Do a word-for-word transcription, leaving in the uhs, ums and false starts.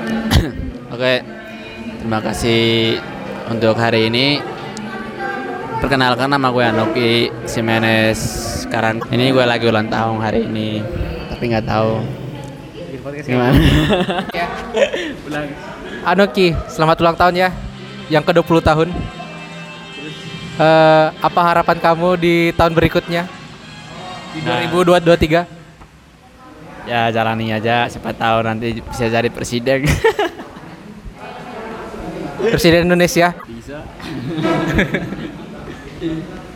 Oke, terima kasih untuk hari ini. Perkenalkan, nama gue Anoki Jimenez. Sekarang ini gue lagi ulang tahun hari ini, tapi nggak tahu gimana. Anoki, selamat ulang tahun ya, yang ke dua puluh tahun. Uh, apa harapan kamu di tahun berikutnya, di Nah. dua ribu dua puluh tiga? Ya jalani aja, siapa tahu nanti bisa jadi presiden. Presiden Indonesia. Bisa.